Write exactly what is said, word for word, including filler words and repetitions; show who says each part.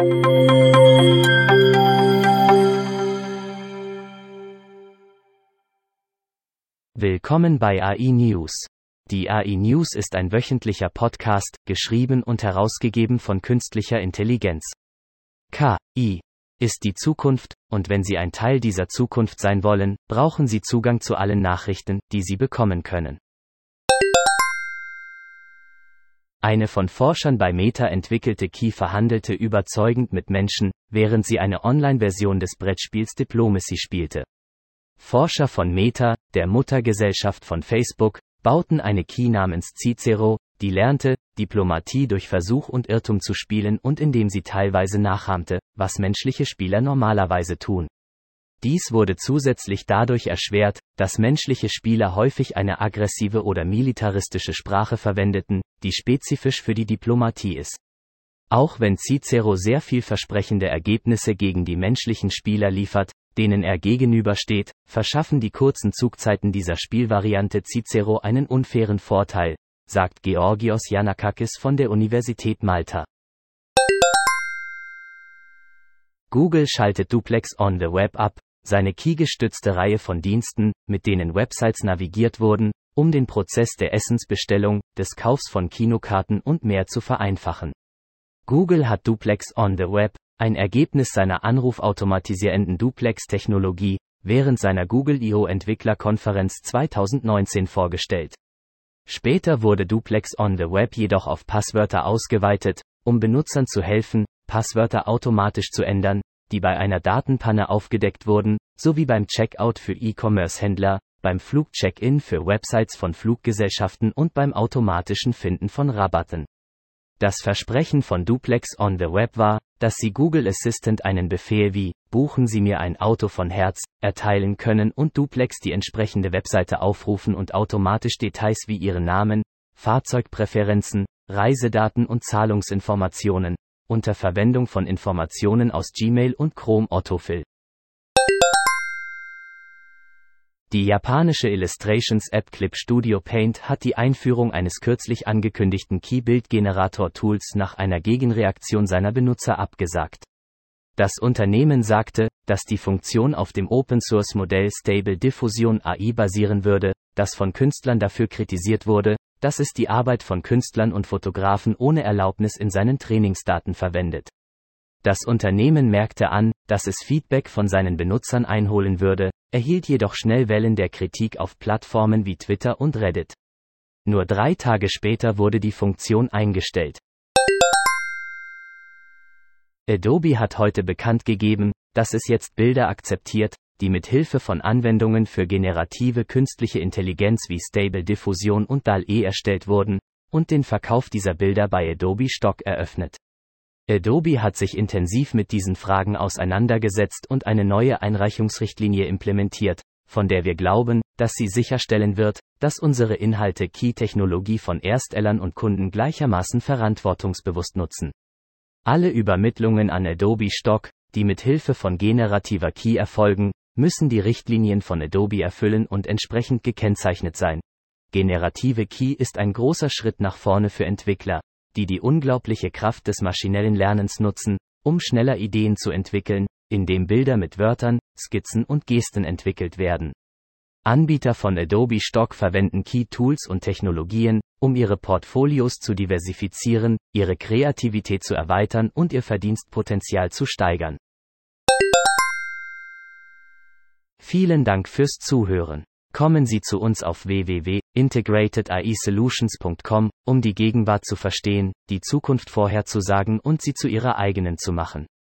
Speaker 1: Willkommen bei A I News. Die A I News ist ein wöchentlicher Podcast, geschrieben und herausgegeben von künstlicher Intelligenz. K I ist die Zukunft, und wenn Sie ein Teil dieser Zukunft sein wollen, brauchen Sie Zugang zu allen Nachrichten, die Sie bekommen können. Eine von Forschern bei Meta entwickelte K I verhandelte überzeugend mit Menschen, während sie eine Online-Version des Brettspiels Diplomacy spielte. Forscher von Meta, der Muttergesellschaft von Facebook, bauten eine K I namens Cicero, die lernte, Diplomatie durch Versuch und Irrtum zu spielen und indem sie teilweise nachahmte, was menschliche Spieler normalerweise tun. Dies wurde zusätzlich dadurch erschwert, dass menschliche Spieler häufig eine aggressive oder militaristische Sprache verwendeten, die spezifisch für die Diplomatie ist. Auch wenn Cicero sehr vielversprechende Ergebnisse gegen die menschlichen Spieler liefert, denen er gegenübersteht, verschaffen die kurzen Zugzeiten dieser Spielvariante Cicero einen unfairen Vorteil, sagt Georgios Yannakakis von der Universität Malta. Google schaltet Duplex on the Web ab, seine K I-gestützte Reihe von Diensten, mit denen Websites navigiert wurden, um den Prozess der Essensbestellung, des Kaufs von Kinokarten und mehr zu vereinfachen. Google hat Duplex on the Web, ein Ergebnis seiner anrufautomatisierenden Duplex-Technologie, während seiner Google I O-Entwicklerkonferenz zweitausendneunzehn vorgestellt. Später wurde Duplex on the Web jedoch auf Passwörter ausgeweitet, um Benutzern zu helfen, Passwörter automatisch zu ändern, die bei einer Datenpanne aufgedeckt wurden, sowie beim Checkout für E-Commerce-Händler, beim Flugcheck-in für Websites von Fluggesellschaften und beim automatischen Finden von Rabatten. Das Versprechen von Duplex on the Web war, dass Sie Google Assistant einen Befehl wie „Buchen Sie mir ein Auto von Herz“ erteilen können und Duplex die entsprechende Webseite aufrufen und automatisch Details wie Ihren Namen, Fahrzeugpräferenzen, Reisedaten und Zahlungsinformationen, unter Verwendung von Informationen aus Gmail und Chrome Autofill. Die japanische Illustrations-App Clip Studio Paint hat die Einführung eines kürzlich angekündigten K I-Bildgenerator-Tools nach einer Gegenreaktion seiner Benutzer abgesagt. Das Unternehmen sagte, dass die Funktion auf dem Open-Source-Modell Stable Diffusion A I basieren würde, das von Künstlern dafür kritisiert wurde, dass es die Arbeit von Künstlern und Fotografen ohne Erlaubnis in seinen Trainingsdaten verwendet. Das Unternehmen merkte an, dass es Feedback von seinen Benutzern einholen würde, erhielt jedoch schnell Wellen der Kritik auf Plattformen wie Twitter und Reddit. Nur drei Tage später wurde die Funktion eingestellt. Adobe hat heute bekannt gegeben, dass es jetzt Bilder akzeptiert, die mit Hilfe von Anwendungen für generative künstliche Intelligenz wie Stable Diffusion und D A L L-E erstellt wurden, und den Verkauf dieser Bilder bei Adobe Stock eröffnet. Adobe hat sich intensiv mit diesen Fragen auseinandergesetzt und eine neue Einreichungsrichtlinie implementiert, von der wir glauben, dass sie sicherstellen wird, dass unsere Inhalte K I-Technologie von Erstellern und Kunden gleichermaßen verantwortungsbewusst nutzen. Alle Übermittlungen an Adobe Stock, die mit Hilfe von generativer K I erfolgen, müssen die Richtlinien von Adobe erfüllen und entsprechend gekennzeichnet sein. Generative K I ist ein großer Schritt nach vorne für Entwickler, die die unglaubliche Kraft des maschinellen Lernens nutzen, um schneller Ideen zu entwickeln, indem Bilder mit Wörtern, Skizzen und Gesten entwickelt werden. Anbieter von Adobe Stock verwenden K I-Tools und Technologien, um ihre Portfolios zu diversifizieren, ihre Kreativität zu erweitern und ihr Verdienstpotenzial zu steigern. Vielen Dank fürs Zuhören. Kommen Sie zu uns auf w w w punkt integrated A I solutions punkt com, um die Gegenwart zu verstehen, die Zukunft vorherzusagen und sie zu Ihrer eigenen zu machen.